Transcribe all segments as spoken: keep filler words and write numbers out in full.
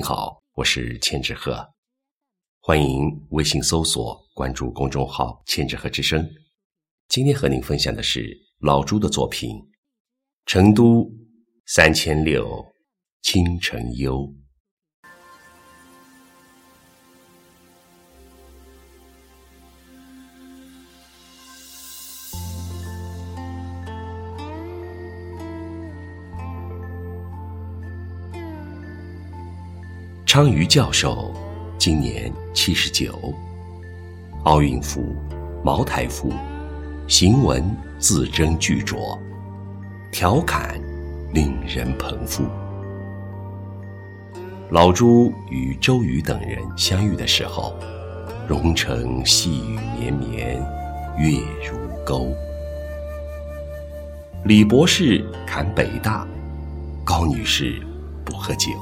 好，我是千纸鹤，欢迎微信搜索关注公众号千纸鹤之声。今天和您分享的是老朱的作品《成都三千六清晨幽》。昌余教授今年七十九，奥运服、茅台服，行文字斟句酌，调侃令人捧腹。老朱与周瑜等人相遇的时候，蓉城细雨绵绵，月如钩。李博士侃北大，高女士不喝酒。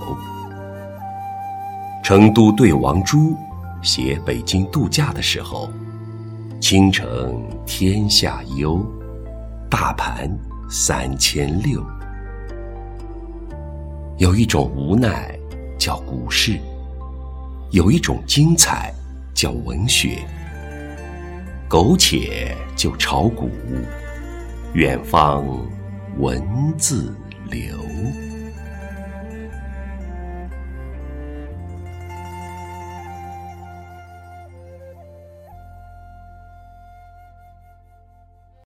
成都对王朱写北京度假的时候，倾城天下幽，大盘三千六。有一种无奈叫股市，有一种精彩叫文学。苟且就炒股，远方文字流。